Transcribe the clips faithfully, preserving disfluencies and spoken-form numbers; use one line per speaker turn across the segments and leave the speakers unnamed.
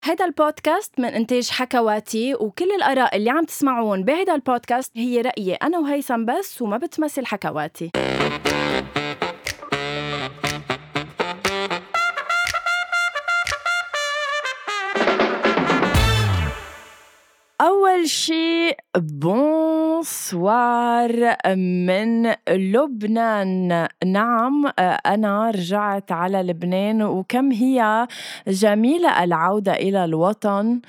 هيدا البودكاست من إنتاج حكواتي، وكل الآراء اللي عم تسمعون بهيدا البودكاست هي رأيي أنا وهيثم بس، وما بتمثل حكواتي. أول شي بونسوار من لبنان. نعم، أنا رجعت على لبنان، وكم هي جميلة العودة إلى الوطن.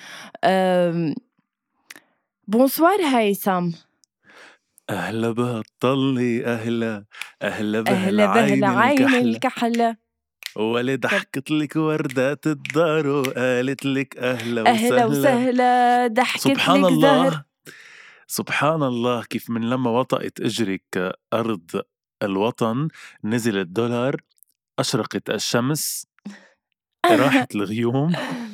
بونسوار هيثم.
أهلا بهالطلي، أهلا أهلا
أهلا
بهالعين
بهالعين
الكحلة،
الكحلة.
ولا ضحكت لك وردات الدار وقالت لك أهلا
أهلا
وسهلا.
وسهلا، ضحكت
سبحان
لك زهر.
الله، سبحان الله، كيف من لما وطأت إجرك أرض الوطن نزل الدولار، أشرقت الشمس، راحت الغيوم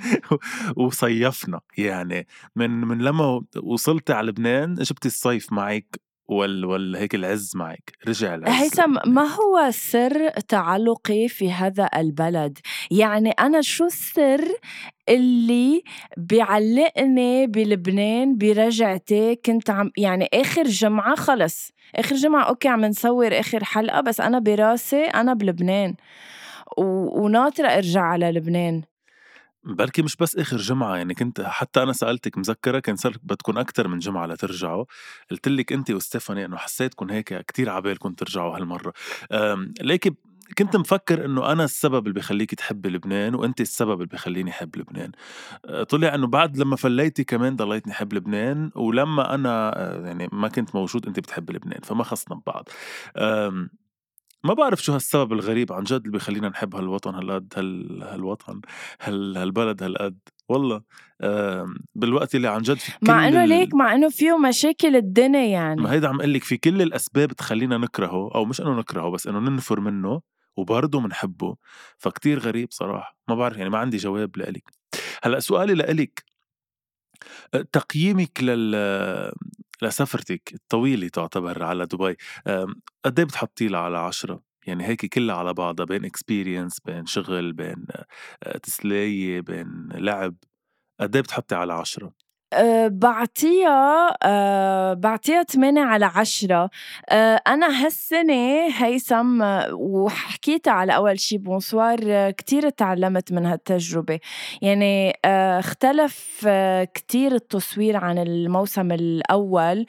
وصيفنا. يعني من من لما وصلت على لبنان جبت الصيف معك وال وال هيك العز معك، رجع العز.
هيثم، ما هو سر تعلقي في هذا البلد؟ يعني أنا شو السر اللي بيعلقني بلبنان برجعتي؟ كنت عم يعني آخر جمعة، خلص آخر جمعة أوكي عم نصور آخر حلقة، بس أنا براسي أنا بلبنان و... وناطرة أرجع على لبنان.
بركي مش بس آخر جمعة، يعني كنت حتى أنا سألتك مذكرة كان صار بتكون أكتر من جمعة لترجعوا. قلت لك أنت وستيفاني إنه حسيتكم هيك كتير عبالكم ترجعوا هالمرة. لكن كنت مفكر إنه أنا السبب اللي بيخليك تحب لبنان وأنت السبب اللي بيخليني أحب لبنان. طلع إنه بعد لما فليتي كمان ضليتني أحب لبنان، ولما أنا يعني ما كنت موجود أنت بتحب لبنان، فما خصنا ببعض. ما بعرف شو هالسبب الغريب عن جد اللي بيخلينا نحب هالوطن هالقد، هال هالوطن هال هالبلد هالقد. والله بالوقت اللي عن جد في كل
مع إنه
ال...
ليك مع إنه فيه مشاكل الدنيا يعني.
ما هيدا عم قلك في كل الأسباب تخلينا نكرهه، أو مش إنه نكرهه بس إنه ننفر منه، وبرضه منحبه. فكتير غريب صراحة، ما بعرف يعني، ما عندي جواب لإلك. هلأ سؤالي لإلك، تقييمك لل لسفرتك الطويلة تعتبر على دبي، قد ايه بتحطي لها على عشرة؟ يعني هيك كلها على بعضها، بين experience، بين شغل، بين تسلية، بين لعب، قد ايه بتحطي على عشرة؟
أه بعطيها أه بعطيها تمانية على عشرة. أه أنا هالسنة هيثم، وحكيتها على أول شي بونسوار، أه كتير تعلمت من هالتجربة. يعني أه اختلف أه كتير التصوير عن الموسم الأول،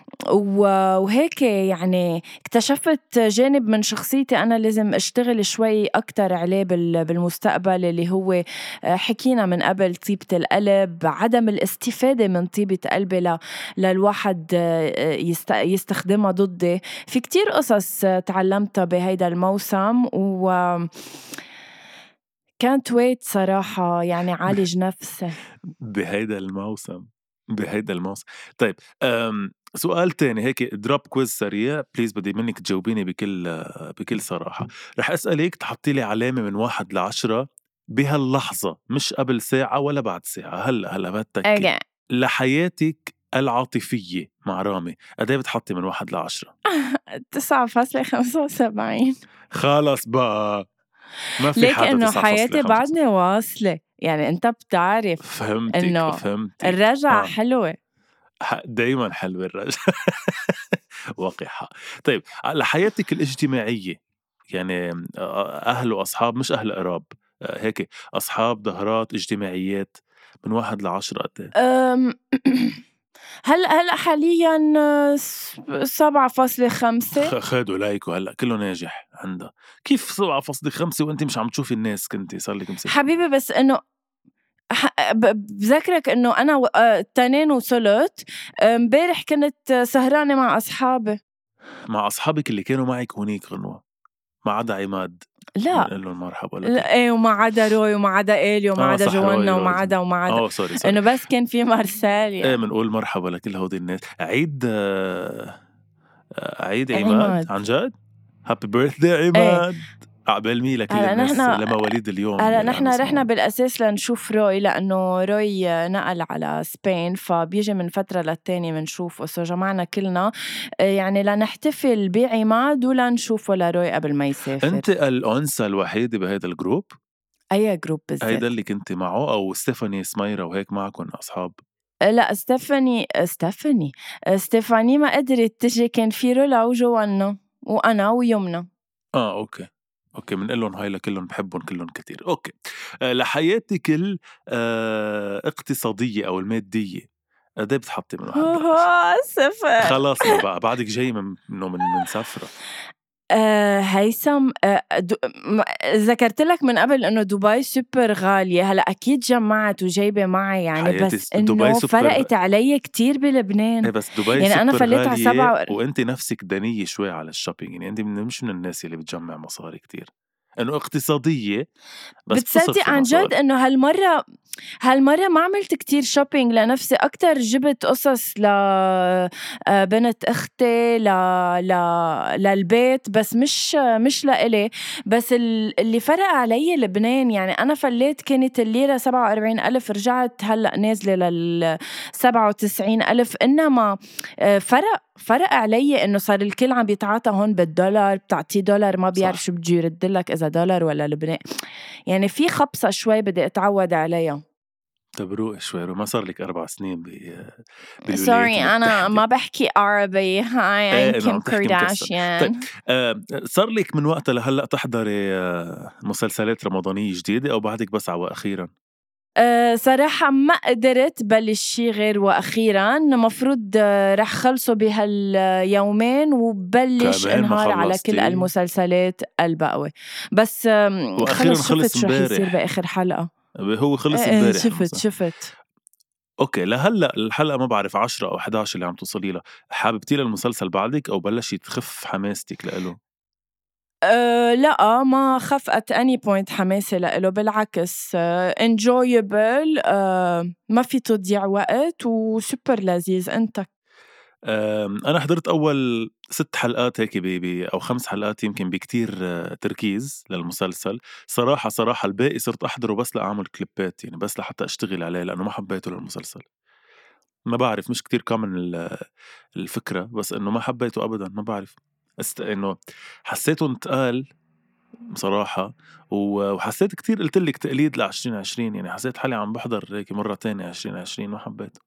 وهيك يعني اكتشفت جانب من شخصيتي أنا لازم أشتغل شوي أكتر عليه بالمستقبل، اللي هو حكينا من قبل، طيبة القلب، عدم الاستفادة من طيبة قلبي للواحد يستخدمها ضدي. في كتير قصص تعلمتها بهيدا الموسم، و كانت ويت صراحة يعني عالج نفسي
بهيدا الموسم بهيدا الموسم طيب، أم سؤال تاني هيك دروب كويز سريع بليز، بدي منك تجاوبيني بكل بكل صراحة. رح أسألك تحطي لي علامة من واحد لعشرة بهاللحظة، مش قبل ساعة ولا بعد ساعة، هلا هلا بتكي
أجا.
لحياتك العاطفية مع رامي، قد ايه بتحطي من واحد لعشرة؟
تسعة فاصلة خمسة وسبعين.
خلص بقى، ما في
ليك
حدا
إنه
تسعة فاصلة
حياتي
خمسة.
بعدني واصلة، يعني أنت بتعرف
فهمتك
إنه
فهمتك
الرجعة
آه.
حلوة.
دايما حلوة الرجل. وقحة. طيب على حياتك الاجتماعية، يعني أهل وأصحاب، مش أهل قراب، هيك أصحاب ظهرات اجتماعيات، من واحد لعشرة قد
أم هلأ هلأ حاليا سبعة فاصلة خمسة.
خدوا لايك وهلا كله ناجح عندها. كيف سبعة فاصلة خمسة وأنت مش عم تشوفي الناس؟ كنتي صار لك مسك
حبيبي، بس إنه بذكرك إنه أنا التنين وصلت امبارح كنت سهرانة مع أصحابي.
مع أصحابك اللي كانوا معك هونيك غنوة، ما عدا عماد
لا
بنقول لهم مرحبا لك.
لا، ايه، وما عدا روي، وما عدا إيلي، وما
اه
عدا
صح، روي
جوانا، وما
روي
عدا وما عدا
اه سوري سوري
إنه بس كان في مارسيل
ايه،
يعني.
بنقول مرحبا لكل هودي الناس. عيد آه عيد عماد
عماد،
عن جد، هابي بيرثدي
ايه.
عماد، عقبال مي لكل
هلا
الناس
نحن
لمواليد اليوم
هلا
يلي عم
نحن رحنا
يسمعون.
بالأساس لنشوف روي، لأنه روي نقل على سبين، فبيجي من فترة للتاني منشوفه، سو جمعنا كلنا يعني لنحتفل بعماد ولنشوفه لروي قبل ما يسافر.
انت الأنثى الوحيدة بهذا الجروب؟
أي جروب بالذات؟
هيدا اللي كنت معه أو ستيفاني سميرة وهيك معكم أصحاب؟
لأ ستيفاني ستيفاني ستيفاني ما قدرت تجي، كان في رولا وجوانا وأنا ويمنى.
آه أوكي أوكي بنقلن هاي لكلن بحبن كلن كتير. أوكي آه لحياتك الاقتصادية أو المادية قد إيه بتحطي من واحد لعشرة؟
صفر.
خلاص بقى بعدك جاي من إنه من من سفرة.
آه هيثم، آه ذكرت لك من قبل إنه دبي سوبر غالية. هلا أكيد جمعت وجايبة معي يعني، بس إنه فرقت علي كتير بلبنان.
إيه بس دبي
يعني أنا فليت على سبعة
وأنت نفسك دنية شوي على الشوبينج، يعني أنت مش من الناس اللي بتجمع مصاري كتير، إنه اقتصادية بس
بتصدق عن جد إنه هالمرة هالمرة ما عملت كتير شوبينج لنفسي، أكتر جبت قصص لبنت أختي ل... ل... للبيت، بس مش مش لإلي. بس اللي فرق علي لبنان، يعني أنا فليت كانت الليرة سبعة وأربعين ألف، رجعت هلأ نازلة لل سبعة وتسعين ألف. إنما فرق فرق علي إنه صار الكل عم بيتعاطى هون بالدولار، بتعطيه دولار ما بيعرف شو بده يردلك إذا دولار ولا لبنان. يعني في خبصة شوي بدي أتعود عليها.
تبروق شوي، ما صار لك أربع سنين بالولايات
سوري أنا ما بحكي عربي. هاي I'm كيم كارداشيان.
طيب آه صار لك من وقتها لهلأ تحضري آه مسلسلات رمضانية جديدة أو بعدك بس عوا أخيرا؟
أه صراحة ما قدرت بلش شي غير وأخيرا. مفروض رح خلصه بهاليومين وبلش انهار على كل المسلسلات الباقوة. بس
وأخيرا خلص
شو رح يصير بآخر حلقة.
هو خلص امبارح.
شفت شفت
اوكي لهلا الحلقة ما بعرف عشرة او إحدى عشر اللي عم توصلي لها، حاببتي للمسلسل بعدك او بلشت تخف حماستك لإله؟
أه لا ما خفقت اني بوينت حماسي لإله، بالعكس انجويبل. أه ما في تضيع وقت وسوبر لذيذ. انت؟
أنا حضرت أول ست حلقات هيك بي بي أو خمس حلقات يمكن بكتير تركيز للمسلسل. صراحة صراحة الباقي صرت أحضره بس لأعمل كليبات، يعني بس لحتى أشتغل عليه لأنه ما حبيته للمسلسل. ما بعرف مش كتير كامن الفكرة، بس إنه ما حبيته أبدا. ما بعرف است... إنه حسيته انتقال بصراحة، وحسيت كتير قلتلك تقليد لعشرين عشرين. يعني حسيت حالي عم بحضر هيك مرة تانية عشرين عشرين، ما حبيته.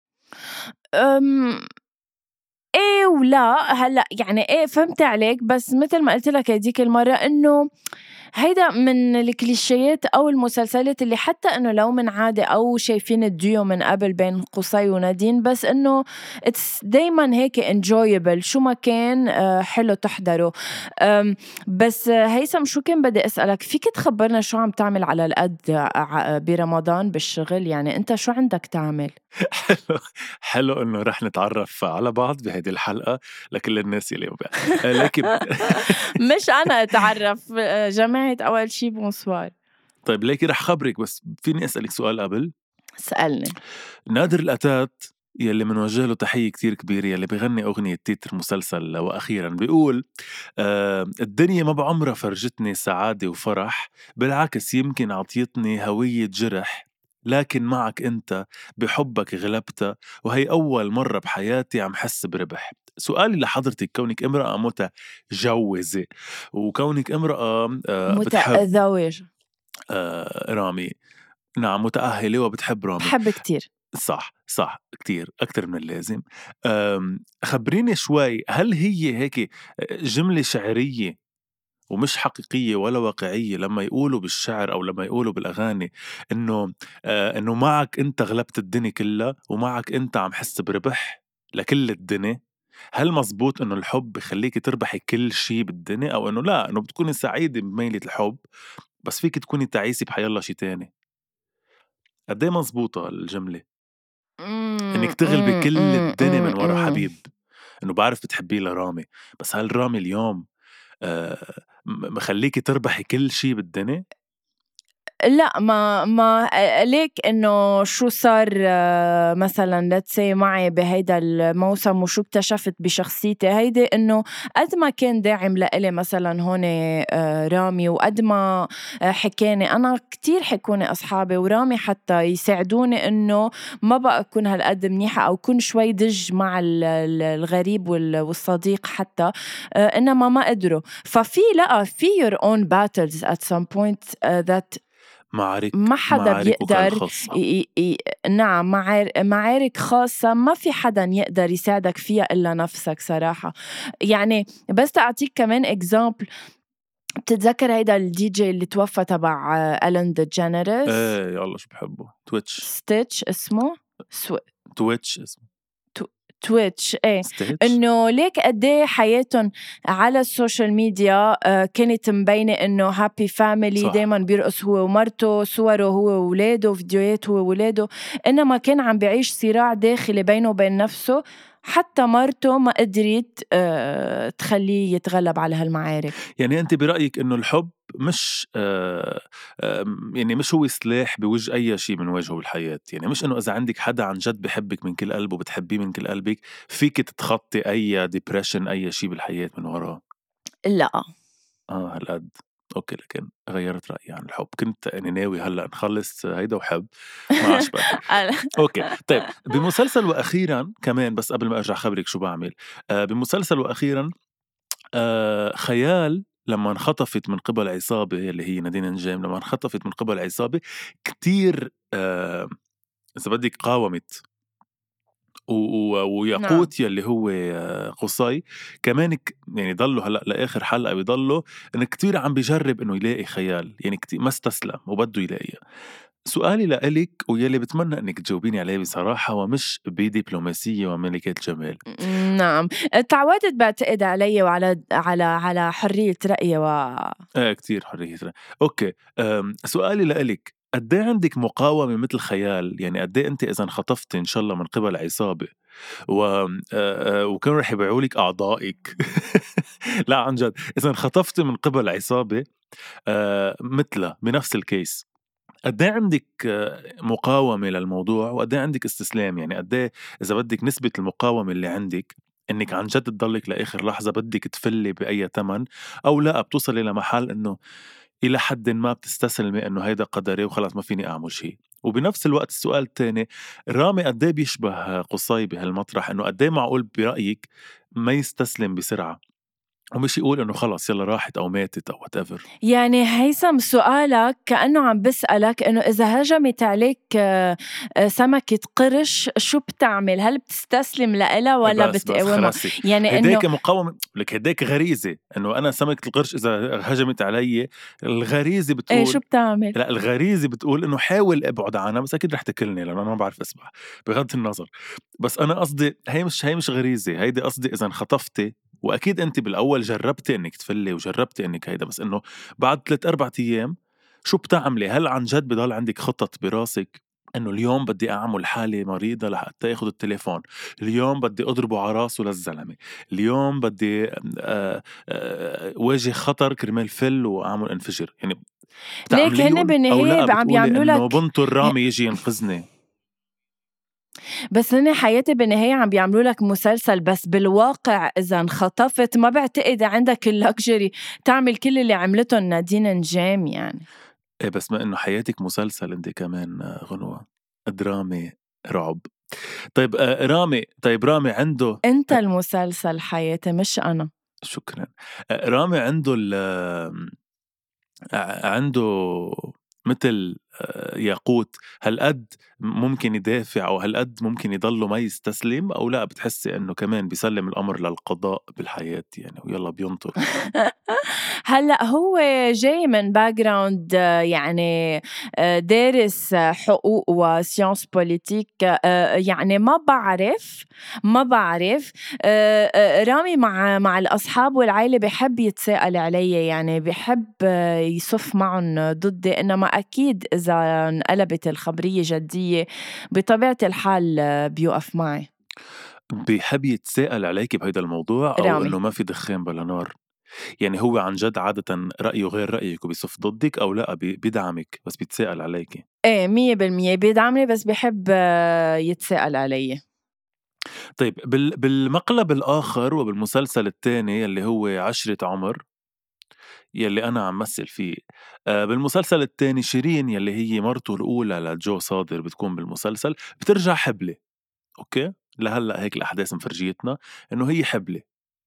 أم ايه ولا هلا يعني ايه فهمت عليك، بس مثل ما قلت لك هديك المرة انه هيدا من الكليشيات او المسلسلات اللي حتى انه لو من عادة او شايفين الديو من قبل بين قصي ونادين، بس انه دايما هيك enjoyable شو ما كان حلو تحضره. بس هيثم شو كان بدي اسألك، فيك تخبرنا شو عم تعمل على القد برمضان بالشغل؟ يعني انت شو عندك تعمل؟
حلو حلو انه رح نتعرف على بعض بهذه الحلقة لكل الناس اللي لكن
مش انا اتعرف، جماعة اول شي بونسوار.
طيب ليكي رح خبرك، بس فيني اسألك سؤال قبل؟
سألني.
نادر الأتات يلي منوجه له تحية كتير كبيرة، يلي بيغني أغنية تيتر مسلسل وأخيرا بيقول آه الدنيا ما بعمرها فرجتني سعادة وفرح، بالعكس يمكن عطيتني هوية جرح، لكن معك أنت بحبك غلبتها، وهي أول مرة بحياتي عم حس بربح. سؤالي لحضرتك، كونك امرأة متجوزة وكونك امرأة آه
متزوجة
آه رامي، نعم متأهلة وبتحب رامي،
بحب كتير.
صح صح كتير أكتر من اللازم. خبريني شوي، هل هي هيك جملة شعرية ومش حقيقية ولا واقعية لما يقولوا بالشعر أو لما يقولوا بالأغاني إنه آه إنه معك أنت غلبت الدنيا كلها ومعك أنت عم حس بربح لكل الدنيا؟ هل مزبوط إنه الحب بخليك تربحي كل شي بالدنيا، أو إنه لا إنه بتكوني سعيدة بميلة الحب بس فيك تكوني تعيسي بحيالله شي تاني؟ قديه مزبوطة الجملة انك تغلبي كل الدنيا من ورا حبيب؟ انه بعرف بتحبيه لرامي، بس هل رامي اليوم آه مخليكي تربحي كل شي بالدنيا؟
لا ما ما ليك انه شو صار مثلا let's say معي بهيدا الموسم وشو اكتشفت بشخصيتي هيدي، انه قد ما كان داعم لإلي مثلا هون رامي وقد ما حكاني انا كتير حكوني اصحابي ورامي حتى يساعدوني انه ما بقى اكون هالقد منيحة او كون شوي دج مع الغريب والصديق حتى، انما ما قدروا. ففي لا في your own battles at some point uh, that
معارك
ما حدا
معارك وخيال
بيقدر
خاصة.
ي... ي... نعم، معار... معارك خاصة ما في حدا يقدر يساعدك فيها إلا نفسك صراحة. يعني بس تعطيك كمان إكزامبل، بتتذكر هيدا الدي جي اللي توفى تبع ألين دي جينيرس؟
ايه يا الله شو بحبه، تويتش
ستيتش اسمه سو...
تويتش اسمه
تو... تويتش. ايه،
ستيتش.
انه ليك قديه حياتهم على السوشيال ميديا آه كانت مبينه انه هابي فاميلي،
صح.
دايما بيرقص هو ومرته، صوره هو وولاده، فيديوهات هو وولاده، انما كان عم بيعيش صراع داخلي بينه وبين نفسه. حتى مرته ما قدرت آه تخليه يتغلب على هالمعارك.
يعني أنت برأيك إنه الحب مش آه آه يعني مش هو سلاح بوجه أي شيء بنواجهه بالحياة، يعني مش إنه إذا عندك حدا عن جد بحبك من كل قلب وبتحبيه من كل قلبك فيك تتخطي أي ديبريشن أي شيء بالحياة من وراه.
لا
آه هالقد. أوكي، لكن غيرت رأيي عن الحب، كنت يعني ناوي هلأ نخلص هيدا وحب ما عجبك. أوكي طيب، بمسلسل وأخيرا كمان بس قبل ما أرجع خبرك شو بعمل، آه بمسلسل وأخيرا آه خيال لما انخطفت من قبل عصابة اللي هي نادين نجام، لما انخطفت من قبل عصابة كتير آه إذا بدك قاومت،
نعم.
وياقوت يلي هو قصي كمان ك... يعني ضلوا هلا لاخر حلقه بيضلوا انه كتير عم بيجرب انه يلاقي خيال، يعني كتير ما استسلم وبده يلاقيها. سؤالي لإلك ويلي بتمنى انك تجاوبيني عليه بصراحه ومش بدبلوماسيه وملكة جمال.
نعم، تعودت بعتقد علي وعلى على على حرية رأيي و
ايه كتير حريه رأي. اوكي، أم... سؤالي لإلك، قد ايه عندك مقاومه مثل خيال؟ يعني قد ايه انت اذا انخطفتي ان شاء الله من قبل عصابه و آه، آه، وكانوا رح يبيعوا لك أعضائك لا عن جد، إذا انخطفت من قبل عصابة آه، مثلها بنفس الكيس، قد ايه عندك آه، مقاومة للموضوع وقد ايه عندك استسلام؟ يعني قد ايه إذا بدك نسبة المقاومة اللي عندك إنك عن جد تضلك لآخر لحظة بدك تفلي بأي تمن، أو لا بتوصلي لمحل إنه إلى حد ما بتستسلمي إنه هيدا قدري وخلاص ما فيني أعمل شيء. وبنفس الوقت السؤال الثاني، رامي قد ايه بيشبه قصي بهالمطرح؟ إنه قد ايه معقول برأيك ما يستسلم بسرعة ومش يقول إنه خلاص يلا راحت أو ماتت أو whatever؟
يعني هيثم، سؤالك كأنه عم بسألك إنه إذا هجمت عليك آه، آه، سمكة قرش شو بتعمل؟ هل بتستسلم لإلها ولا
بس بس
بتقاومها؟
خرسي،
يعني إنه
هداك مقاومة لك، هداك غريزة إنه أنا سمكة القرش إذا هجمت علي، الغريزة
إيه شو
بتقول
بتعمل؟
لا، الغريزة بتقول إنه حاول أبعد عنها، بس أكيد رح تاكلني لأنه أنا ما بعرف أسبح بغض النظر. بس أنا قصدي هي مش هي مش غريزة، هيدي قصدي إذا انخطفتي، وأكيد أنت بالأول جربتي إنك تفلي وجربتي إنك هيدا، بس إنه بعد ثلاث أربعة أيام شو بتعملي؟ هل عن جد بضل عندك خطط براسك إنه اليوم بدي أعمل حالة مريضة لحتى ياخد التليفون، اليوم بدي أضربه على راسه للزلمة، اليوم بدي آه، آه، واجه خطر كرمال فل وأعمل انفجر؟ يعني
ليك هن
بتعمليهم أو
بالنهاية
لأ
عم
بتقولي
بيعملوا
إنه
لك،
بنطر رامي يجي ينقذني؟
بس هن حياتي بالنهاية عم بيعملوا لك مسلسل، بس بالواقع إذا انخطفت ما بعتقد عندك اللكجري تعمل كل اللي عملتهم نادين نجام يعني.
إيه بس ما إنه حياتك مسلسل أنت كمان آه، غنوة، درامي، رعب. طيب آه، رامي، طيب رامي عنده
أنت المسلسل حياتي مش أنا.
شكرا. آه، رامي عنده ال آه، عنده مثل آه، ياقوت، هالقد ممكن يدافع أو هالقد ممكن يضله ما يستسلم، أو لا بتحسي إنه كمان بيسلم الأمر للقضاء بالحياة يعني ويلا بينطر؟
هلأ هو جاي من background يعني آه، دارس حقوق وسيانس بوليتيك، آه، يعني ما بعرف ما بعرف آه، آه، رامي مع مع الأصحاب والعائلة بحب يتساءل علي، يعني بحب آه، يصف معهم ضدي، إنما أكيد إذا انقلبت الخبرية جدية بطبيعة الحال آه، بيوقف معي.
بيحب يتساءل عليك بهيدا الموضوع أو
رامي
إنه ما في دخان بلا نار؟ يعني هو عن جد عادةً رأيه غير رأيِك وبيصف ضدِّك، أو لأ بي بيدعمِك بس بيتساءل عليكِ؟
إيه مية بالمية بيدعمني، بس بحب آه، يتساءل علي.
طيب بال بالمقلب الآخر وبالمسلسل التاني يلّي هو عشرة عمر يلّي أنا عم مثّل فيه، آآ بالمسلسل التاني شيرين يلّي هي مرته الأولى لجو صادر بتكون بالمسلسل بترجع حبلة، أوكي؟ لهلّأ هيك الأحداث مفرجيتنا إنه هي حبلة.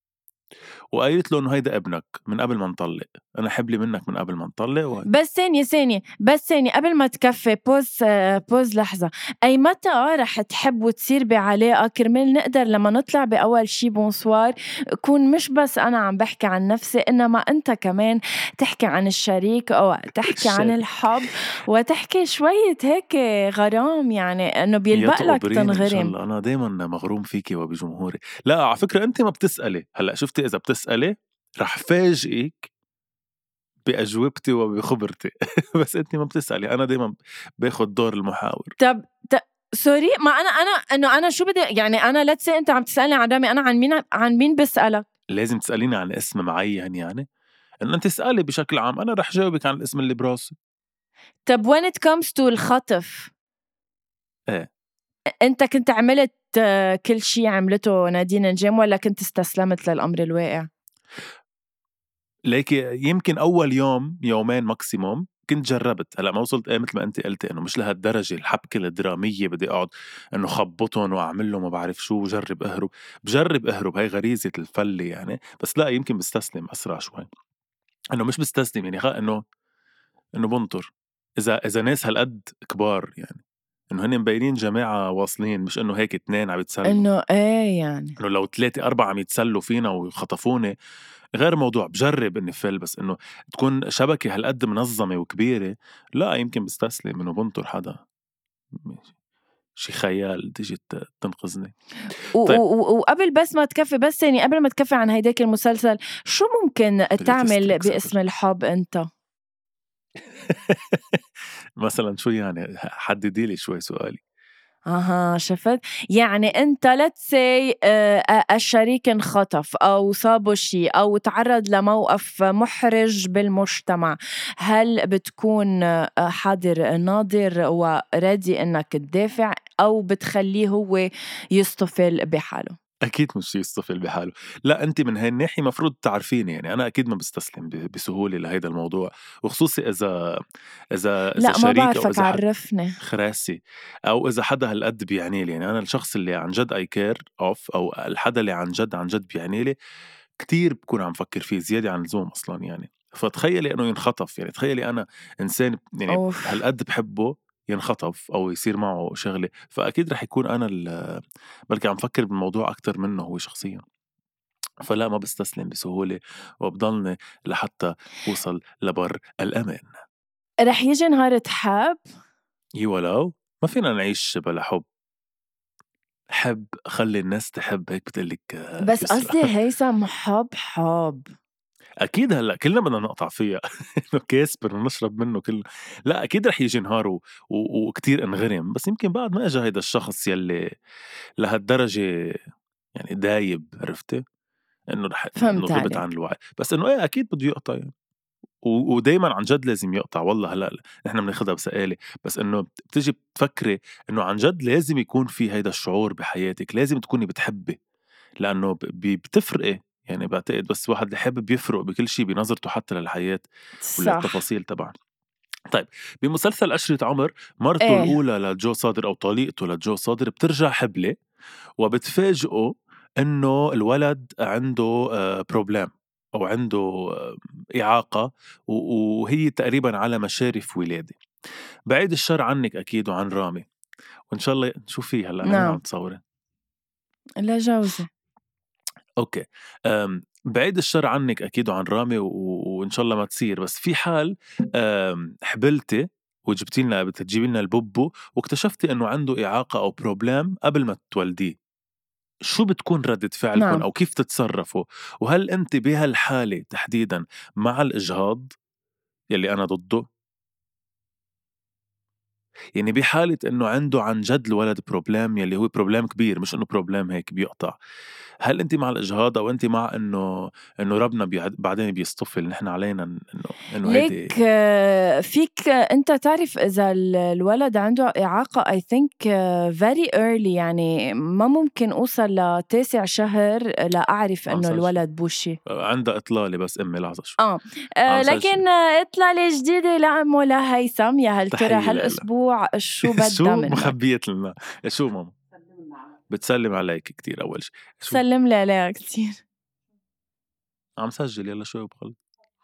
وقايلت له إنه هيدا ابنك من قبل ما نطلق، أنا حبلي منك من قبل ما نطلق و...
بس ثانية ثانية بس ثانية قبل ما تكفي بوز بوز لحظة. أي متى رح تحب وتصير بعلاقة كرمال نقدر لما نطلع بأول شي بونسوار كون مش بس أنا عم بحكي عن نفسي إنما أنت كمان تحكي عن الشريك أو تحكي عن الحب وتحكي شوية هيك غرام، يعني إنه بيلبق لك تنغرم.
إن شاء الله أنا دايما مغروم فيكي وبجمهوري. لا على فكرة أنت ما بتسألي، هلأ شفتي إذا بتسألي رح فاجئك بأجوبتي وبخبرتي بس أنت ما بتسألي، أنا دايما باخد دور المحاور.
طب ت... سوري ما أنا أنا إنه أنا شو بدي يعني أنا لا تسأل أنت عم تسألني عن رامي، أنا عن مين عن مين بسألك؟
لازم تسأليني عن اسم معين يعني؟ إنه أنت تسألي بشكل عام أنا رح جاوبك عن الاسم اللي براسي.
طب when it comes to الخطف
إيه
أنت كنت عملت كل شي عملته نادين نجم ولا كنت استسلمت للأمر الواقع؟
ليكي يمكن أول يوم يومين ماكسيموم كنت جربت. هلا ما وصلت ايه مثل ما انت قلتي انه مش لهالدرجه الحبكه الدراميه بدي اقعد انه خبطهم واعمل له ما بعرف شو وجرب اهرب. بجرب اهرب هاي غريزه الفله يعني، بس لا يمكن بستسلم اسرع شوي. انه مش بستسلم يعني خ... انه انه بنطر اذا اذا ناس هالقد كبار يعني انه هن مبينين جماعه واصلين، مش انه هيك اثنين عم يتسلوا.
انه ايه يعني
انه لو ثلاثه اربعه عم يتسلوا فينا وخطفوني غير موضوع، بجرب اني فل، بس انه تكون شبكه هالقد منظمه وكبيره لا يمكن بستسلم انه بنطر حدا شي خيال تيجي تنقذني.
طيب. وقبل بس ما تكفي بس يعني قبل ما تكفي عن هيداك المسلسل شو ممكن تعمل باسم الحب انت؟
مثلا شو يعني؟ حددي لي شوي سؤالي.
اها شفت يعني انت لتسي الشريك انخطف او صابه شيء او تعرض لموقف محرج بالمجتمع، هل بتكون حاضر ناظر ورادي انك تدافع او بتخليه هو يصطفل بحاله؟
أكيد مش يصطفل بحاله. لا أنت من هاي الناحية مفروض تعرفيني يعني أنا أكيد ما بستسلم بسهولة لهيدا الموضوع، وخصوصي إذا إذا إذا
لا ما
شريك أو
بعرفك
إذا
عرفني
خراسي أو إذا حدا هالقد بيعني لي. يعني أنا الشخص اللي عن جد أي كير أوف أو الحدا اللي عن جد عن جد بيعني لي كتير بكون عم فكر فيه زيادة عن اللزوم أصلا يعني. فتخيلي إنه ينخطف، يعني تخيلي أنا إنسان يعني أوف. هالقد بحبه ينخطف أو يصير معه شغلة، فأكيد رح يكون أنا بلكي عم فكر بالموضوع أكتر منه هو شخصيا. فلا ما بستسلم بسهولة وبضلني لحتى أوصل لبر الأمان.
رح يجي نهار تحب
يي ولو ما فينا نعيش بلا حب. حب خلي الناس تحب، هيك بتقلك
بس قصدي هيثم حب حب
أكيد هلأ كلنا بدنا نقطع فيها إنه كاس بدنا نشرب منه كله. لا أكيد رح يجي نهار و... و... وكتير انغرم، بس يمكن بعد ما أجا هيدا الشخص يلي لهالدرجة يعني دايب، عرفتي إنه رح إنه غبت عن الوعي، بس إنه إيه أكيد بده يقطع يعني. و... ودايما عن جد لازم يقطع. والله هلأ نحن بناخدها بسقالة، بس إنه بتجي بتفكري إنه عن جد لازم يكون في هيدا الشعور بحياتك، لازم تكوني بتحبي، لأنه ب... بتفرقي يعني. بعتقد بس واحد اللي حابب يفرق بكل شيء بنظرته حتى للحياة وللتفاصيل طبعا. طيب بمسلسل عشرة عمر مرته ايه؟ الأولى لجو صادر أو طليقته لجو صادر بترجع حبلة وبتفاجئه إنه الولد عنده بروبلام أو عنده إعاقة وهي تقريبا على مشارف ولادة. بعيد الشر عنك أكيد وعن رامي، وإن شاء الله نشوف فيه هلأ. نعم. عم تصوري
لا جوزة
أوكي. بعيد الشر عنك أكيد وعن رامي و... وإن شاء الله ما تصير، بس في حال حبلتي وجبتي لنا بتجيبي لنا البوبو واكتشفتي إنه عنده إعاقة أو بروبلام قبل ما تولديه، شو بتكون ردة فعلكم؟ نعم. أو كيف تتصرفوا؟ وهل أنت بهالحالة تحديدا مع الإجهاض يلي أنا ضده؟ يعني بحالة إنه عنده عن جد الولد بروبلام يلي هو بروبلام كبير، مش إنه بروبلام هيك بيقطع، هل أنت مع الإجهاض أو أنت مع إنه إنه ربنا بيعد بعدين بيصطفل؟ نحن علينا إنه إنه
هيدي فيك أنت تعرف إذا الولد عنده إعاقة I think very early، يعني ما ممكن أوصل لتاسع شهر لا أعرف إنه الولد بوشي
عنده إطلالة. بس أمي لحظة شو
آه, آه لكن إطلالة جديدة لأمه لهيثم يا هل ترى هالأسبوع شو بدها
شو
منك؟
مخبيت لنا شو ماما بتسلم عليك كتير أول شيء.
سلم لي عليها كتير.
عم سجل يلا شو بغل.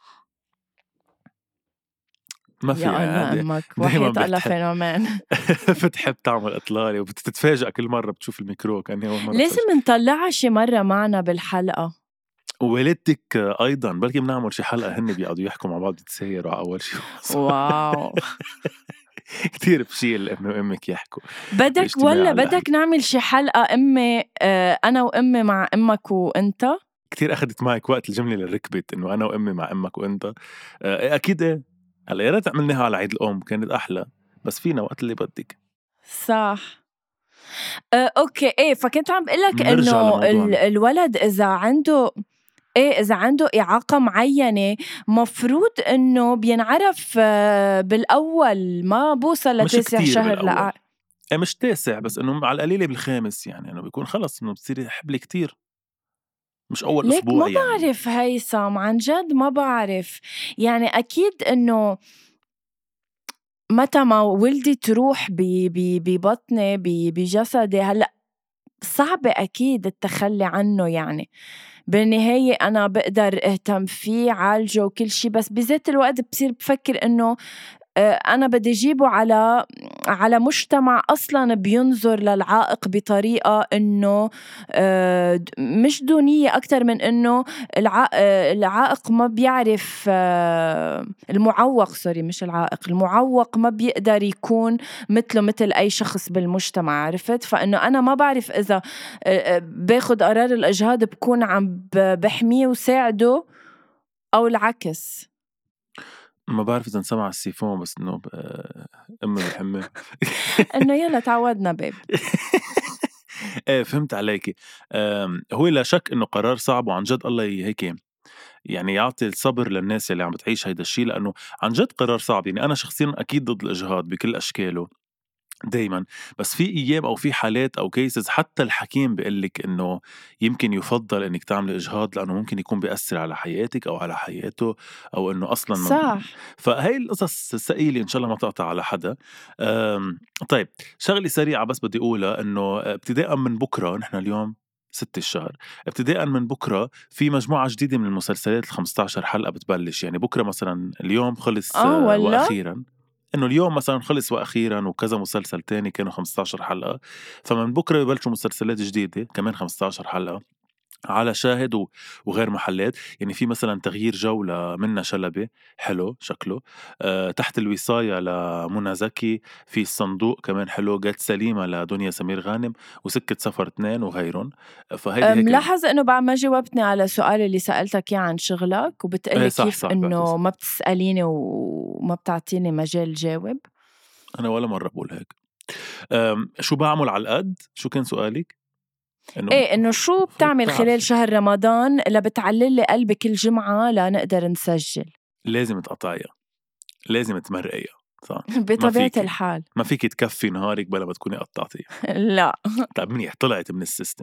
ما في
يا الله
يعني
أمك
دايما
وحياة الله
بتحب
فينومين.
بتحب تعمل إطلالة وبتتفاجأ كل مرة بتشوف الميكرو كأني أول مرة
لازم
تسجل.
نطلّعها شي مرّة معنا بالحلقة.
ووالدتك أيضا بلكي بنعمل شي حلقة هن بيقعدوا يحكوا مع بعض بيتسايروا على أول شي
واو!
كتير بشيل أمي وأمك يحكوا
بدك
باجتماع
والّا
الأهل.
بدك نعمل شي حلقة أمي آآ أنا وأمي مع أمك وأنت؟
كتير أخدت معك وقت الجملة اللي ركبت إنه أنا وأمي مع أمك وأنت. آه أكيد إيه. هلا يا ريت عملناها على عيد الأم كانت أحلى، بس فينا وقت اللي بدك.
صح. آآ أوكي، إيه فكنت عم باقول لك
نرجع
إنه ال
لموضوعنا.
الولد إذا عنده إيه إذا عنده إعاقة معيّنة مفروض إنه بينعرف آه، بالأول، ما بوصل
مش
لتاسع
كتير
شهر لأ.
بالأول، إيه مش تاسع بس إنه على القليلة بالخامس يعني إنه بيكون خلص إنه بتصيري حبلة كتير، مش أول
ليك ما
أسبوع يعني.
بعرف هيثم، عن جد ما بعرف. يعني أكيد إنه متى ما ولدي تروح ب ب ببطني ب بجسدي هلأ صعبة أكيد التخلّي عنّه يعني. بالنهاية أنا باقدر أهتم فيه، عالجه وكل شي، بس بذات الوقت بصير بفكر إنه آآ أنا بدي جيبه على على مجتمع أصلًا بينظر للعائق بطريقة إنه آآ د مش دونية أكتر من إنه الع آآ العائق ما بيعرف آآ المُعوّق سوري مش العائق، المُعوّق ما بيقدر يكون متله متل أي شخص بالمجتمع، عرفت؟ فإنه أنا ما بعرف إذا آآ آآ باخُد قرار الإجهاض بكون عم ب باحميه وساعده أو العكس.
ما بعرف إذا انسمع السيفون بس إنه ب أمي بالحمّام.
إنه يلّا تعوّدنا baby.
إيه فهمت عليكِ. آمم هو لا شك إنه قرار صعب وعن جد الله ي هيك يعني يعطي الصبر للناس اللي عم بتعيش هيدا الشي، لإنه عن جد قرار صعب. يعني أنا شخصيًا أكيد ضد الإجهاض بكل أشكاله دايمًا، بس في أيام أو في حالات أو cases حتى الحكيم بيقول لِك إنه يمكن يُفضّل إنِّك تعملي إجهاض لإنه ممكن يكون بيأثّر على حياتِك أو على حياته أو إنه أصلًا ما ب
صح.
فهي القصص ثقيلة إن شاء الله ما تقطع على حدا. آمم طيب شغلة سريعة بس بدي أقولها إنه ابتداءً من بُكرة نحن اليوم ستة الشهر، ابتداءً من بُكرة في مجموعة جديدة من المسلسلات الخمستاشر حلقة بتبلّش. يعني بُكرة مثلًا اليوم خلص
آه
آه،
والّا؟
وأخيرًا إنه اليوم مثلًا خلص وأخيرًا وكذا مسلسل تاني كانوا خمستاشر حلقة، فمن بُكرة ببلشوا مسلسلات جديدة كمان خمستاشر حلقة على شاهد و وغير محلات. يعني في مثلًا تغيير جو لمنى شلبي حلو شكله، آآ تحت الوصاية لمنى زكي، في الصندوق كمان حلو، جات سليمة لدنيا سمير غانم، وسكة سفر اتنين وغيرٌ.
آآ
فهيدي هيك ال
ملاحظ إنه بعد ما جاوبتني على سؤالي اللي سألتك إياه عن شغلك، وبتقول
إيه
لي
صح،
كيف
صح
إنه
باعتذر،
ما بتسأليني وما بتعطيني مجال جاوب؟
أنا ولا مرّة باقول هيك. آمم شو باعمل على القد؟ شو كان سؤالِك؟ إنه
إيه إنه شو
المفروض
بتعمل خلال
تعرفي.
شهر رمضان لبتعلّل لي قلبي كل جمعة لنقدر نسجّل؟
لازم تقاطعيها، لازم تمرقيها، صح. ما
بطبيعة
فيكِ،
الحال.
ما فيكِ تكفّي نهارِك بلا ما تكوني قطّعتيها.
لأ.
طيب منيح طلعت من السيستم،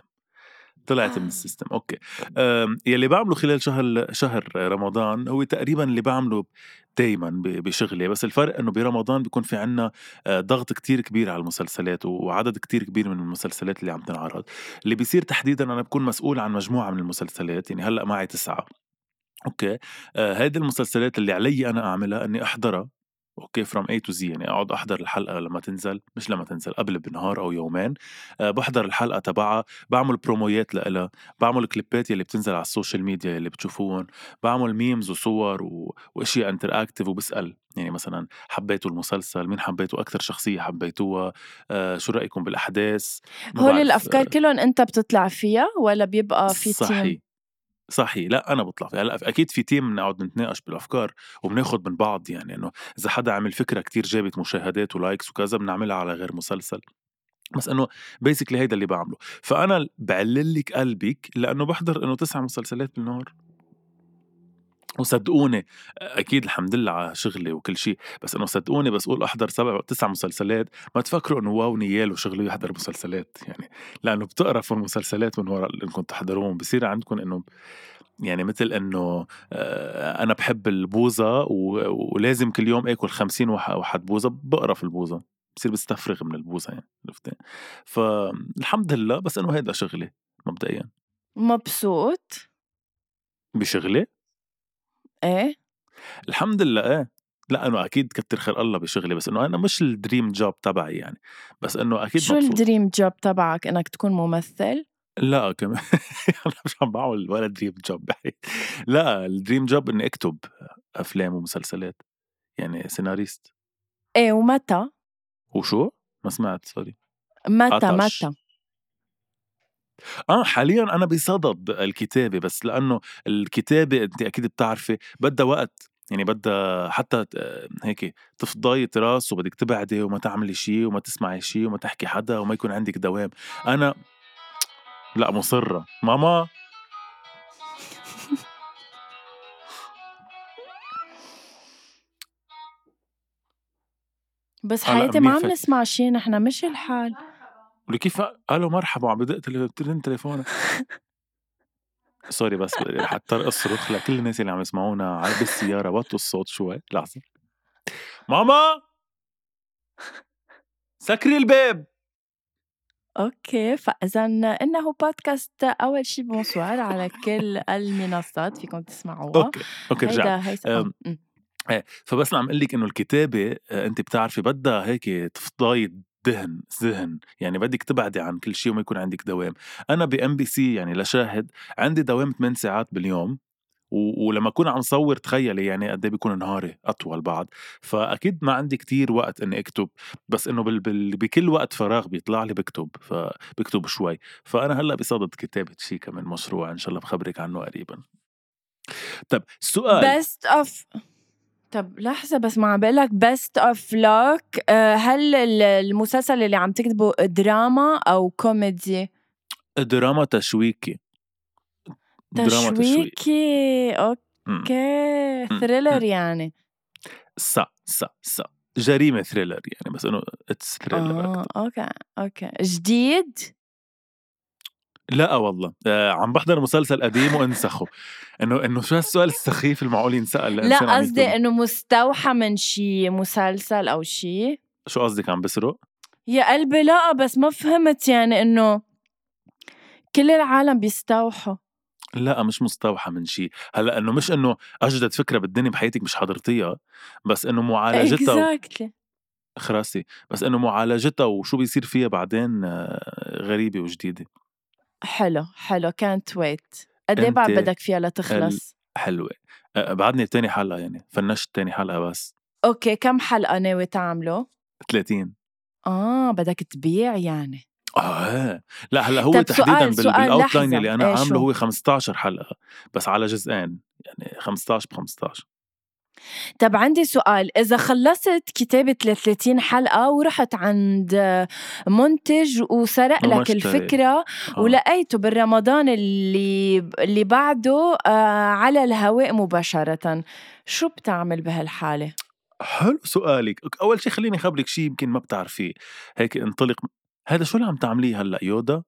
طلعت من السيستم أوكي. آمم، يلّي باعمله خلال شهر شهر رمضان هو تقريبًا اللي باعمله دايمًا ب بشغلي، بس الفرق إنه برمضان بيكون في عندنا آآ، ضغط كتير كبير على المسلسلات وعدد كتير كبير من المسلسلات اللي عم تنعرض. اللي بيصير تحديدًا أنا باكون مسؤول عن مجموعة من المسلسلات، يعني هلأ معي تسعة. أوكي. آآ هيدي المسلسلات اللي عليّ أنا أعملها إنّي أحضرها أوكي from A to Z، يعني أقعد أحضر الحلقة لمّا تنزل، مش لمّا تنزل قبل بنهار أو يومين. آآ باحضر الحلقة تبعها، باعمل برومويات لإلها، باعمل كليبات يلّي بتنزل على السوشيال ميديا يلّي بتشوفوهن، باعمل memes وصور و وأشياء interactive وباسأل، يعني مثلًا حبيتوا المسلسل، مين حبيتوا أكتر شخصية حبيتوها، آآ شو رأيكم بالأحداث، ما
هول
بعرف.
الأفكار كلّن أنت بتطلع فيها والّا بيبقى في team؟
صحي. صحيح، لأ أنا باطلع فيها. هلأ أكيد في team بنقعد نتناقش بالأفكار وبناخُد من بعض، يعني إنه إذا حدا عمل فكرة كتير جابت مشاهدات وlikes وكذا بنعملها على غير مسلسل، بس إنه basically هيدا اللي باعمله. فأنا ال باعلّل لِك قلبِك لإنه باحضر إنه تسع مسلسلات بالنهار. وصدقوني أكيد الحمد لله على شغلي وكل شي، بس إنه صدقوني بس أقول أحضر سبع تسع مسلسلات ما تفكروا إنه واو نيال وشغله يحضر مسلسلات يعني، لإنه بتقرفوا المسلسلات من ورا إنكم تحضروهم، بصير عندكم إنه يعني متل إنه آآ أنا باحب البوظة و ولازم كل يوم آكل خمسين وح واحد بوظة، باقرف البوظة، بصير باستفرغ من البوظة يعني، عرفتِ؟ فالحمد لله بس إنه هيدا شغلي مبدئيًا.
مبسوط؟
بشغلي؟
إيه؟
الحمد لله إيه. لأ إنه أكيد كتر خير الله بشغلي، بس إنه أنا مش الدريم جوب تبعي يعني، بس إنه أكيد
شو
مبسوط.
الدريم جوب تبعك؟ إنك تكون ممثل؟
لأ كمان أنا مش عم باعمل ولا دريم جوب بحياتي. لأ الدريم جوب إني أكتب أفلام ومسلسلات، يعني سيناريست.
إيه ومتى؟
وشو؟ ما سمعت سوري.
متى
عطش.
متى؟
آه حاليًا أنا بصدد الكتابة، بس لأنه الكتابة أنتِ أكيد بتعرفي بدها وقت، يعني بدها حتى ت هيك تفضاي راس وبدِك تبعدي وما تعملي شي وما تسمعي شي وما تحكي حدا وما يكون عندِك دوام. أنا لأ مُصرّة، ماما
بس
آه لأ
حياتي ما
منيح
عم
فات.
نسمع شي نحن مش الحال.
ولي كيف ألو مرحبا وعم بدق تل بترن تليفونها. سوري بس رح أضطر أصرخ لكل الناس اللي عم يسمعونا ع بالسيارة وطّوا الصوت شوي، لحظة. ماما سكري الباب.
أوكي، فإذًا إنه بودكاست أول شي بونسوار على كل المنصات فيكم تسمعوها.
أوكي، أوكي رجعت.
هيدا هيس آه،
آمم
إمم.
إيه، فبس عم أقول لِك إنه الكتابة آآ أنتِ بتعرفي بدها هيك تفضاي الدهن ذهن، يعني بدِك تبعدي عن كل شي وما يكون عندِك دوام. أنا بإم بي سي يعني لشاهد عندي دوام ثمان ساعات باليوم، و ولمّا أكون عم صوّر تخيّلي يعني قد إيه بيكون نهاري أطول بعد، فأكيد ما عندي كتير وقت إني أكتب، بس إنه بال بال بكل وقت فراغ بيطلع لي باكتب، فباكتب شوي. فأنا هلأ بصدد كتابة شي كمان مشروع إن شاء الله بخبرِك عنه قريبًا. طَب سؤال.
best of طب لحظة بس ما عم باقول لك best of luck. آآ هل ال المسلسل اللي عم تكتبه دراما أو كوميدي؟
دراما تشويقي. دراما تشويق.
تشويقي،
إمم،
أوكي،
إمم،
thriller
إمم.
يعني.
صح، صح، صح. جريمة thriller يعني، بس إنه it's thriller
آه،
أكتر.
أوكي، أوكي. جديد؟
لأ والله، آآ عم باحضر مسلسل قديم وانسخه. إنه إنه شو هالسؤال السخيف المعقول ينسأل
لأ
لإنسان عم
قصدي
يكتب.
إنه مستوحى من شي مسلسل أو شي.
شو قصدِك عم بسرق؟
يا قلبي لأ، بس ما فهمت يعني إنه كل العالم بيستوحوا.
لأ مش مستوحى من شي. هلأ إنه مش إنه أجدد فكرة بالدنيا بحياتِك مش حضرتيها، بس إنه معالجتها و
exactly.
خراسي، بس إنه معالجتها وشو بيصير فيها بعدين غريبة وجديدة.
حلو، حلو can't wait. قد إيه بعد
أنتِ
بدك فيها
ال
لتخلص؟
حلوة. أ بعدني بتاني حلقة يعني، فنّشت تاني حلقة بس.
أوكي، كم حلقة ناوي تعمله؟
ثلاثين.
آه، بدك تبيع يعني.
آه إيه. لأ هلأ هو
طَب
تحديدًا
سؤال،
بال
سؤال
بالoutline
لحظة،
يلّي أنا
إيه
عامله
شو؟
هو خمستاشر حلقة، بس على جزئين، يعني خمستاشر بخمستاشر.
طَب عندي سؤال، إذا خلّصت كتابة الثلاثين حلقة ورُحت عند مُنتج وسرق لك
ومشتري.
الفكرة
آه.
ولقيته بالرمضان اللي ب اللي بعده آآ على الهواء مباشرةً، شو بتعمل بهالحالة؟
حلو سؤالِك. أك أول شي خلّيني أخبرِك شي يمكن ما بتعرفيه، هيك انطلق. هيدا شو اللي عم تعمليه هلأ يودا؟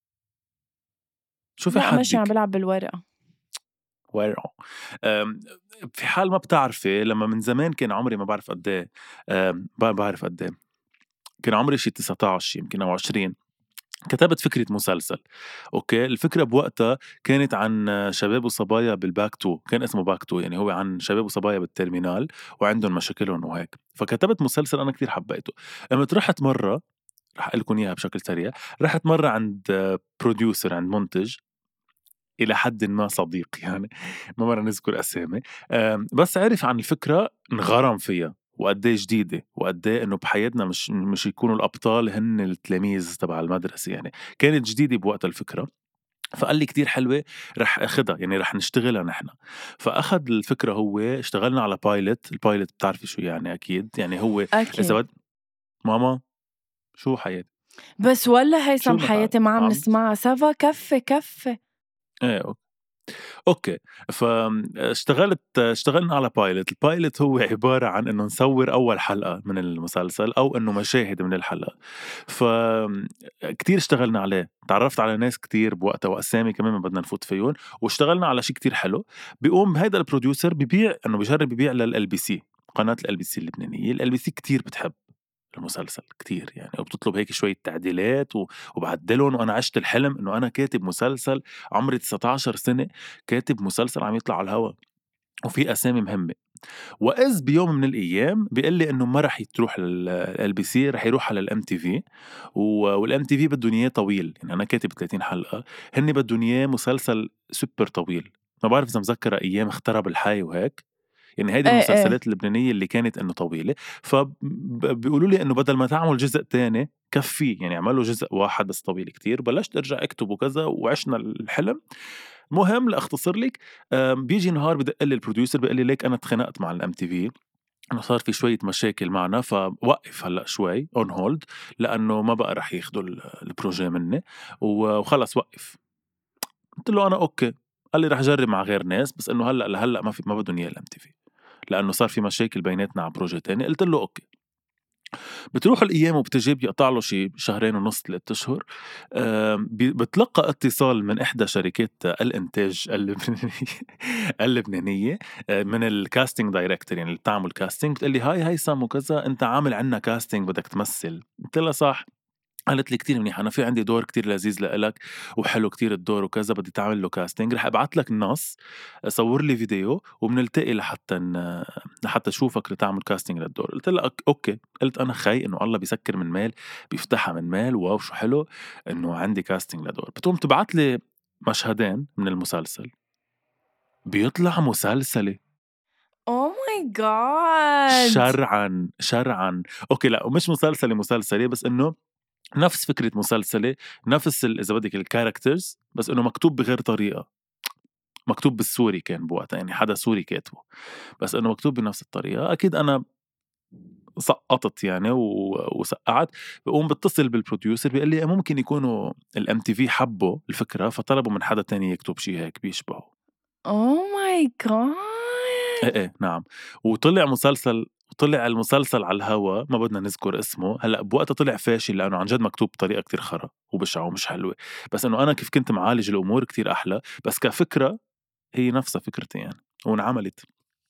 شوفي
لأ ماشي عم
حدِّك.
بالعب بالورقة.
واو! آمم، في حال ما بتعرفي لمّا من زمان كان عمري ما بعرف قد إيه. آمم، ما بعرف قد إيه، كان عمري شي تسعطعش يمكن أو عشرين. كتبت فكرة مسلسل. أوكي، الفكرة بوقتها كانت عن شباب وصبايا بالباك تو، كان اسمه باك تو يعني هو عن شباب وصبايا بالترمينال وعندهم مشاكلهم وهيك، فكتبت مسلسل أنا كتير حبيته. قمت رحت مرة رح أقول لكم إياها بشكل سريع. رحت مرة عند producer عند منتج إلى حدٍ ما صديق يعني ما بدنا نذكر أسامي. آمم، بس عرف عن الفكرة انغرم فيها وقد إيه جديدة وقد إيه إنه بحياتنا مش مش يكونوا الأبطال هن التلاميذ تبع المدرسة يعني، كانت جديدة بوقتها الفكرة. فقال لي كتير حلوة رح آخدها يعني رح نشتغلها نحن. فأخد الفكرة هو اشتغلنا على pilot. الpilot بتعرفي شو يعني أكيد، يعني هو إذا
أكيد.
بد ماما شو حياتي؟
بس والله
شو
هيثم
المحل؟
حياتي ما عم
عم
نسمعها سوا كفّي، كفّي.
إيه أوكي. أوكي، فاشتغلت اشتغلنا على pilot. الpilot هو عبارة عن إنه نصوّر أول حلقة من المسلسل أو إنه مشاهد من الحلقة. ف كتير اشتغلنا عليه، تعرّفت على ناس كتير بوقتها وأسامي كمان ما بدنا نفوت فيُن، واشتغلنا على شي كتير حلو. بيقوم هيدا الproducer بيبيع إنه بيجرّب يبيع للLBC قناة الLBC اللبنانية. الLBC كتير بتحب المسلسل كتير يعني، وبتطلب هيك شوية تعديلات و وبعدّلن، وأنا عِشت الحلم إنه أنا كاتب مسلسل عمري تسعة عشر سنة، كاتب مسلسل عم يطلع على الهوا وفيه أسامي مهمة. وإذ بيوم من الأيام بيقول لي إنه ما رح تروح لل إل بي سي، رح يروح على الإم تي في، و والإم تي في بدّن إياه طويل، يعني أنا كاتب ثلاثين حلقة، هن بدّن إياه مسلسل سوبر طويل. ما بعرف إذا مذكّرة أيام اخترب الحي وهيك، يعني هيدي
إيه، إيه.
المسلسلات اللبنانية اللي كانت إنه طويلة. فب بيقولوا لي إنه بدل ما تعمل جزء تاني كفّيه، يعني اعمل له جزء واحد بس طويل كتير. بلشت أرجع أكتب وكذا وعِشنا الحلم. المهم لأختصر لِك، آمم بييجي نهار بدق لي الproducer بيقول لي: "ليك أنا اتخانقت مع الإم تي في، إنه صار في شوية مشاكل معنا، فوقّف هلأ شوي on hold لإنه ما بقى رح ياخدوا ال الproject منّي و وخلص وقّف." قُلت له: "أنا أوكي." قال لي: "رح جرّب مع غير ناس، بس إنه هلأ لهلأ ما في ما بدّن إياه الإم تي في لإنه صار في مشاكل بيناتنا على project تاني." قُلت له: "أوكي." بتروح الأيام وبتجي بيقطع له شي شهرين ونص ثلاثة أشهر، آمم بي بتلقّى اتصال من إحدى شركات الإنتاج اللبنانية اللبنانية، آآ من الcasting director يعني اللي بتعمل casting، بتقول لي: "هاي هيثم وكذا، أنت عامل عنا casting بدك تمثّل." قُلت لها: "صح." قالت لي: "كتير منيح، أنا في عندي دور كتير لذيذ لإلك وحلو كتير الدور وكذا، بدي تعمل له casting، رح أبعت لك النص، صوّر لي فيديو وبنلتقي لحتى ن لحتى أشوفك لتعمل casting للدور." قُلت لها: "أك أوكي." قُلت أنا خَي إنه الله بيسكّر من مال بيفتحها من مال، واو شو حلو إنه عندي casting لدور. بتقوم تبعت لي مشهدين من المسلسل، بيطلع مسلسلة.
Oh my God!
شرعًا، شرعًا. أوكي لأ، ومش مسلسلة مسلسلة، بس إنه نفس فكرة مسلسلة، نفس ال إذا بدِك الcharacters، بس إنه مكتوب بغير طريقة. مكتوب بالسوري كان بوقتها، يعني حدا سوري كاتبه، بس إنه مكتوب بنفس الطريقة. أكيد أنا سقّطت يعني و وسقّعت. باقوم باتّصل بالproducer بيقول لي: "ممكن يكونوا الإم تي في حبّوا الفكرة فطلبوا من حدا تاني يكتب شي هيك بيشبهه."
Oh my
إيه،
God!
إيه، نعم. وطلع مسلسل وطلع المسلسل على الهوا، ما بدنا نذكر اسمه. هلأ بوقتها طلع فاشل لإنه عن جد مكتوب بطريقة كتير خرا وبشعة ومش حلوة، بس إنه أنا كيف كنت معالج الأمور كتير أحلى، بس كفكرة هي نفسها فكرتي يعني وانعملت.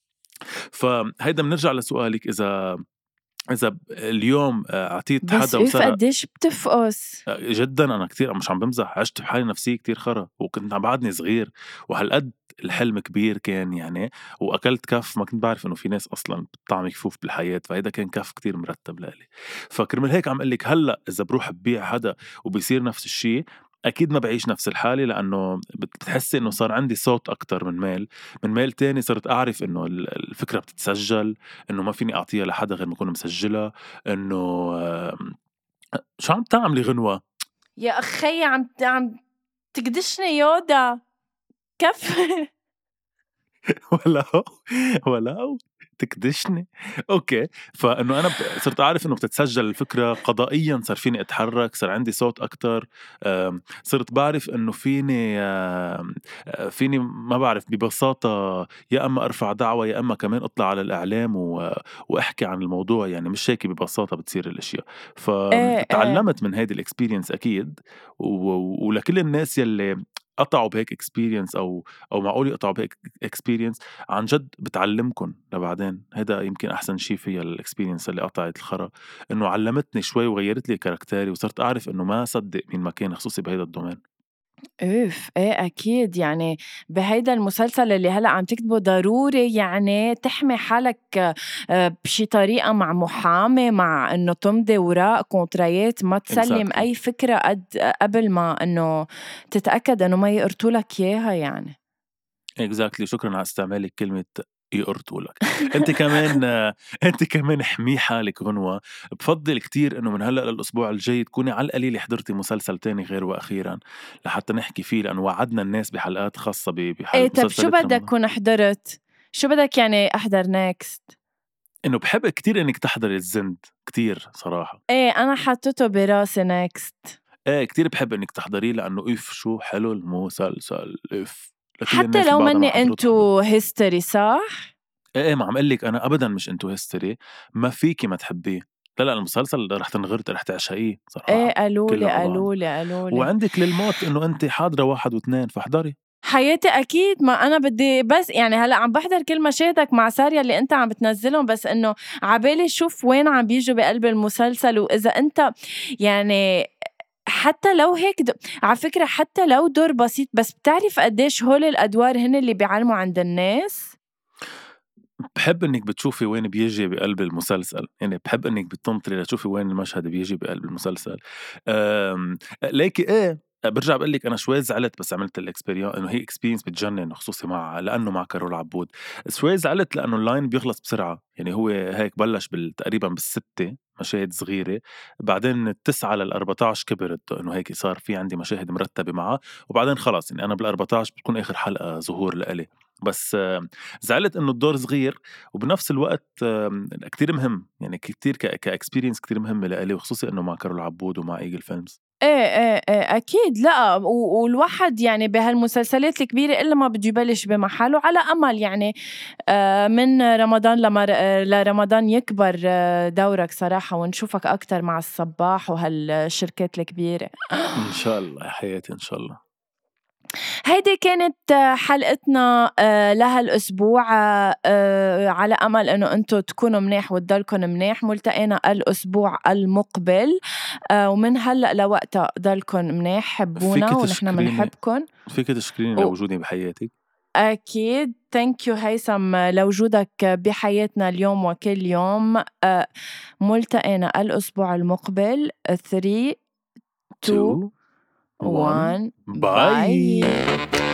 فهيدا بنرجع لسؤالِك، إذا إذا ب اليوم آآ عطيت
بس
حدا
أوف
وسرق.
قديش بتفقس.
آآ جدًا أنا كتير مش عم بامزح، عِشت بحالة نفسية كتير خرا، وكنت عم بعدني صغير، وهالقد الحلم كبير كان يعني، وأكلت كَف ما كنت باعرف إنه في ناس أصلًا بتطعمي كفوف بالحياة، فهيدا كان كَف كتير مرتّب لإلي. فكرمال هيك عم أقول لِك هلأ إذا بروح ببيع حدا وبيصير نفس الشي، أكيد ما باعيش نفس الحالة، لإنه بت بتحسّي إنه صار عندي صوت أكتر من مال. من مال تاني صرت أعرف إنه ال الفكرة بتتسجّل، إنه ما فيني أعطيها لحدا غير ما أكون مسجّلها، إنه آمم شو عم تعملي غنوة؟
يا أخي عم ت عم تكدشني يودا. كفّي.
ولو ولو تكدشني. أوكي. فإنه أنا ب صرت أعرف إنه بتتسجّل الفكرة قضائيًا، صار فيني أتحرّك، صار عندي صوت أكتر. آمم، صرت باعرف إنه فيني آمم، آآ، فيني ما باعرف ببساطة يا إمّا أرفع دعوى يا إمّا كمان أطلع على الإعلام و وأحكي عن الموضوع، يعني مش هيك ببساطة بتصير الأشيا.
إيه، إيه.
فتعلّمت من هيدي الexperience أكيد. و ولكل الناس يلّي قطعوا بهيك experience أو أو معقول يقطعوا بهيك experience، عن جد بتعلّمكن لبعدين. هيدا يمكن أحسن شي فيها الexperience اللي قطعت الخرا، إنه علّمتني شوي وغيّرت لي كاركتيري، وصرت أعرف إنه ما صدّق مين ما كان، خصوصي بهيدا الdomain.
أوف! إيه أكيد، يعني بهيدا المسلسل اللي هلأ عم تكتبه ضروري يعني تحمي حالك آآ بشي طريقة مع محامي، مع إنه تمضي أوراق كونترايات، ما تسلّم
exactly
أي فكرة قد قبل ما إنه تتأكد إنه ما يقرطوا لك إياها يعني.
exactly شكرًا على استعمالِك كلمة يقرطوا لك. أنتِ كمان أنتِ كمان احمي حالِك غنوة. بفضّل كتير إنه من هلأ للأسبوع الجاي تكوني على القليلة حضرتِ مسلسل تاني غير وأخيرًا لحتى نحكي فيه، لأنه وعدنا الناس بحلقات خاصة ب بحل
إيه طب شو
مسلسلات
بدك
رمضان.
كون حضرت؟ شو بدك يعني أحضر next؟
إنه باحب كتير إنِّك تحضري الزند كتير صراحة.
إيه أنا حاطّته براسي next.
إيه كتير باحب إنِّك تحضريه لإنه أوف شو حلو المسلسل، أوف. لكل
حتى
الناس اللي
لو
بعدها
منّي
ما حضرته حضروا.
into history صح؟
إيه، إيه، ما عم أقول لِك أنا أبدًا مش into history، ما فيكِ ما تحبيه. لا، لا المسلسل رح تنغرتي، رح تعشقيه
إيه
صراحة
قالوا
كلّه
لي،
على بعض.
قالوا لي، قالوا لي.
وعندِك للموت إنه أنتِ حاضرة واحد و2 فاحضري.
حياتي أكيد، ما أنا بدي بس يعني هلأ عم باحضر كل مشاهدك مع ساريا اللي أنت عم بتنزّلهم، بس إنه عبالي شوف وين عم بييجوا بقلب المسلسل، وإذا أنت يعني حتى لو هيك د على فكرة حتى لو دور بسيط، بس بتعرف قديش هول الأدوار هن اللي بيعلموا عند الناس؟
بحب إنِّك بتشوفي وين بيجي بقلب المسلسل، يعني بحب إنِّك بتنطري لتشوفي وين المشهد بيجي بقلب المسلسل. آمم، ليكي إيه بارجع باقول لِك أنا شوي زعلت بس عملت الexperience إنه هي experience بتجنن خصوصي مع لإنه مع كارول عبود. شوي زعلت لإنه الline بيخلص بسرعة، يعني هو هيك بلّش بال تقريبًا بالستة مشاهد صغيرة، بعدين من التسعة للأربعتاعش كبرت إنه هيك صار في عندي مشاهد مرتبة معها، وبعدين خلص يعني أنا بالأربعتاعش بتكون آخر حلقة ظهور لإلي. بس آه، زعلت إنه الدور صغير، وبنفس الوقت آمم كتير مهم، يعني كتير ك كexperience كتير مهمة لإلي، وخصوصي إنه مع كارول عبود ومع Eagle Films.
إيه، إيه، إيه، أكيد لأ، و والواحد يعني بهالمسلسلات الكبيرة إلا ما بده يبلش بمحل، وعلى أمل يعني آآ من رمضان لمر آآ لرمضان يكبر آه، دورك صراحة، ونشوفك أكتر مع الصباح وهالشركات الكبيرة.
إن شاء الله يا حياتي إن شاء الله.
هيدي كانت آه، حلقتنا آآ لهالأسبوع، آآ على أمل إنه أنتم تكونوا منيح وتضلكن منيح، ملتقينا الأسبوع المقبل، آآ ومن هلأ لوقتها ضلكن منيح،
فيكِ
حبونا ونحن
تشكريني
منحبكن.
فيكِ تشكريني
و
لوجودي بحياتِك.
أكيد thank you هيثم لوجودك بحياتنا اليوم وكل يوم. آآ ملتقينا الأسبوع المقبل. three two
two one
one
باي.
باي.